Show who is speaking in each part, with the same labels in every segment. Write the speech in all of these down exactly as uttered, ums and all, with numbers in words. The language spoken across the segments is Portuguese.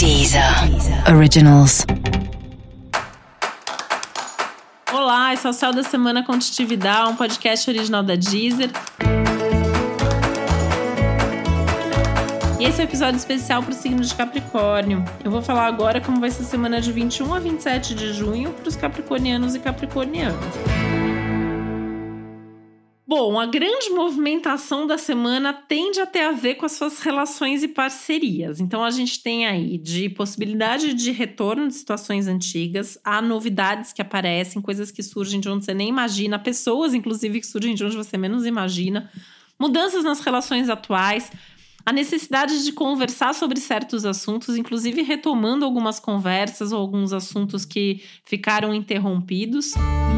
Speaker 1: Deezer Originals.
Speaker 2: Olá, esse é o Céu da Semana com Titi Vidal, um podcast original da Deezer. E esse é o um episódio especial para o signo de Capricórnio. Eu vou falar agora como vai ser a semana de vinte e um a vinte e sete de junho para os capricornianos e capricornianas. Bom, a grande movimentação da semana tende a ter a ver com as suas relações e parcerias. Então, a gente tem aí de possibilidade de retorno de situações antigas, há novidades que aparecem, coisas que surgem de onde você nem imagina, pessoas, inclusive, que surgem de onde você menos imagina, mudanças nas relações atuais, a necessidade de conversar sobre certos assuntos, inclusive retomando algumas conversas ou alguns assuntos que ficaram interrompidos.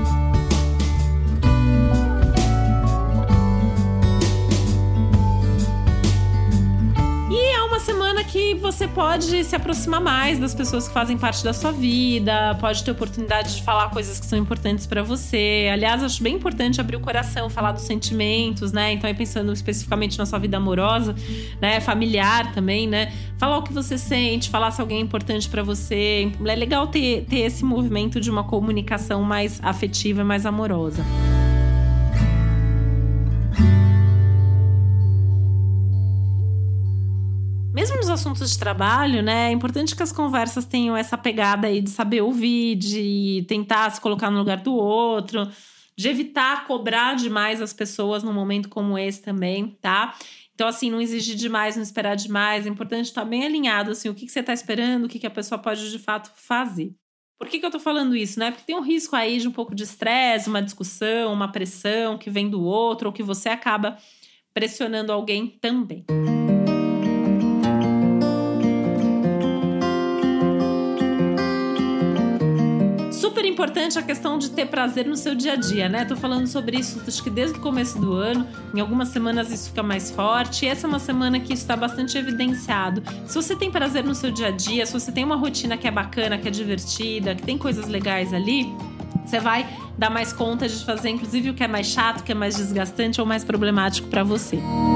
Speaker 2: Semana que você pode se aproximar mais das pessoas que fazem parte da sua vida, pode ter oportunidade de falar coisas que são importantes pra você. Aliás, acho bem importante abrir o coração, falar dos sentimentos, né? Então, aí pensando especificamente na sua vida amorosa, né? Familiar também, né? Falar o que você sente, falar se alguém é importante pra você. É legal ter, ter esse movimento de uma comunicação mais afetiva, mais amorosa. Mesmo nos assuntos de trabalho, né, é importante que as conversas tenham essa pegada aí de saber ouvir, de tentar se colocar no lugar do outro, de evitar cobrar demais as pessoas num momento como esse também, tá? Então, assim, não exigir demais, não esperar demais. É importante estar bem alinhado, assim, o que, que você está esperando, o que, que a pessoa pode, de fato, fazer. Por que, que eu tô falando isso, né? Porque tem um risco aí de um pouco de estresse, uma discussão, uma pressão que vem do outro, ou que você acaba pressionando alguém também. Super importante a questão de ter prazer no seu dia a dia, né? Tô falando sobre isso, acho que desde o começo do ano. Em algumas semanas isso fica mais forte. E essa é uma semana que isso tá bastante evidenciado. Se você tem prazer no seu dia a dia, se você tem uma rotina que é bacana, que é divertida, que tem coisas legais ali, você vai dar mais conta de fazer, inclusive, o que é mais chato, o que é mais desgastante ou mais problemático pra você.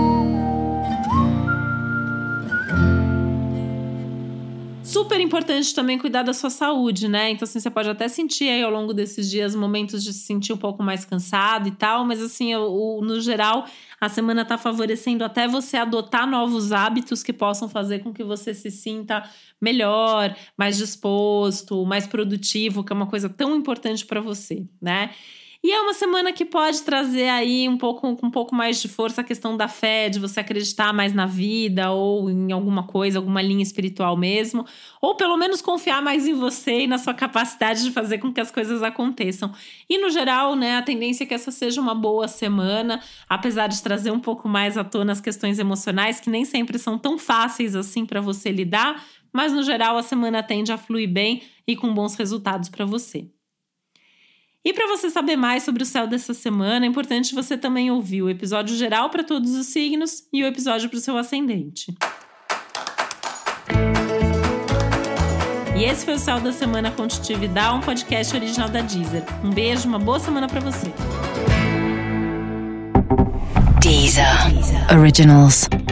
Speaker 2: Super importante também cuidar da sua saúde, né? Então, assim, você pode até sentir aí ao longo desses dias momentos de se sentir um pouco mais cansado e tal, mas, assim, o, o, no geral, a semana tá favorecendo até você adotar novos hábitos que possam fazer com que você se sinta melhor, mais disposto, mais produtivo, que é uma coisa tão importante para você, né? E é uma semana que pode trazer aí um pouco, um pouco mais de força a questão da fé, de você acreditar mais na vida ou em alguma coisa, alguma linha espiritual mesmo. Ou pelo menos confiar mais em você e na sua capacidade de fazer com que as coisas aconteçam. E no geral, né, a tendência é que essa seja uma boa semana, apesar de trazer um pouco mais à tona as questões emocionais, que nem sempre são tão fáceis assim para você lidar, mas no geral a semana tende a fluir bem e com bons resultados para você. E para você saber mais sobre o céu dessa semana, é importante você também ouvir o episódio geral para todos os signos e o episódio para o seu ascendente. E esse foi o Céu da Semana com Titi Vidal, um podcast original da Deezer. Um beijo, uma boa semana para você.
Speaker 1: Deezer Originals.